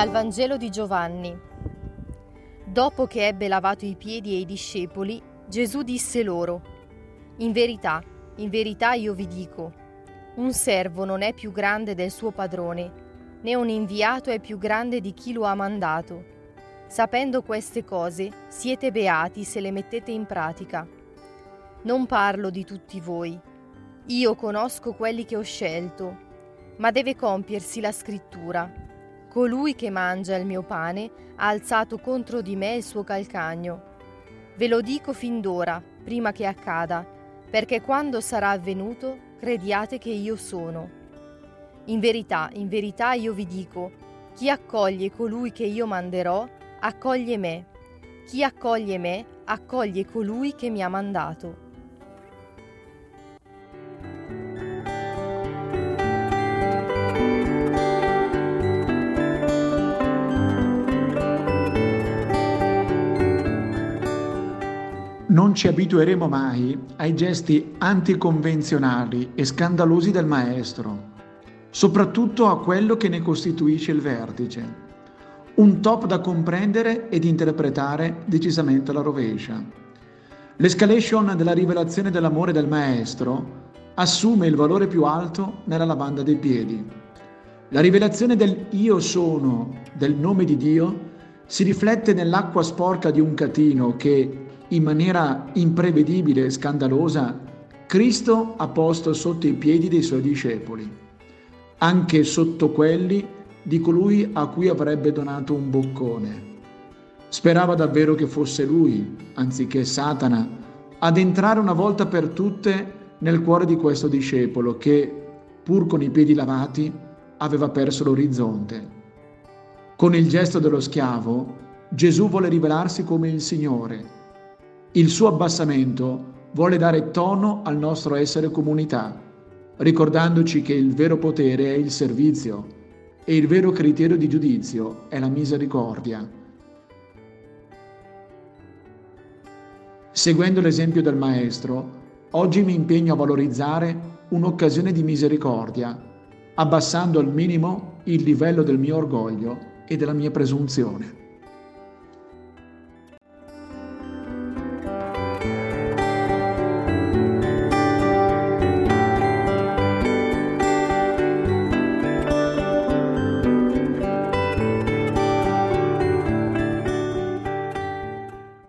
Dal Vangelo di Giovanni. Dopo che ebbe lavato i piedi ai discepoli, Gesù disse loro: in verità io vi dico, un servo non è più grande del suo padrone, né un inviato è più grande di chi lo ha mandato. Sapendo queste cose, siete beati se le mettete in pratica. Non parlo di tutti voi. Io conosco quelli che ho scelto, ma deve compiersi la scrittura. Colui che mangia il mio pane ha alzato contro di me il suo calcagno. Ve lo dico fin d'ora, prima che accada, perché quando sarà avvenuto crediate che io sono. In verità io vi dico, chi accoglie colui che io manderò, accoglie me. Chi accoglie me, accoglie colui che mi ha mandato. Non ci abitueremo mai ai gesti anticonvenzionali e scandalosi del Maestro, soprattutto a quello che ne costituisce il vertice. Un top da comprendere ed interpretare decisamente alla rovescia. L'escalation della rivelazione dell'amore del Maestro assume il valore più alto nella lavanda dei piedi. La rivelazione del Io sono, del nome di Dio, si riflette nell'acqua sporca di un catino che, in maniera imprevedibile e scandalosa, Cristo ha posto sotto i piedi dei suoi discepoli, anche sotto quelli di colui a cui avrebbe donato un boccone. Sperava davvero che fosse lui, anziché Satana, ad entrare una volta per tutte nel cuore di questo discepolo che, pur con i piedi lavati, aveva perso l'orizzonte. Con il gesto dello schiavo, Gesù vuole rivelarsi come il Signore. Il suo abbassamento vuole dare tono al nostro essere comunità, ricordandoci che il vero potere è il servizio e il vero criterio di giudizio è la misericordia. Seguendo l'esempio del Maestro, oggi mi impegno a valorizzare un'occasione di misericordia, abbassando al minimo il livello del mio orgoglio e della mia presunzione.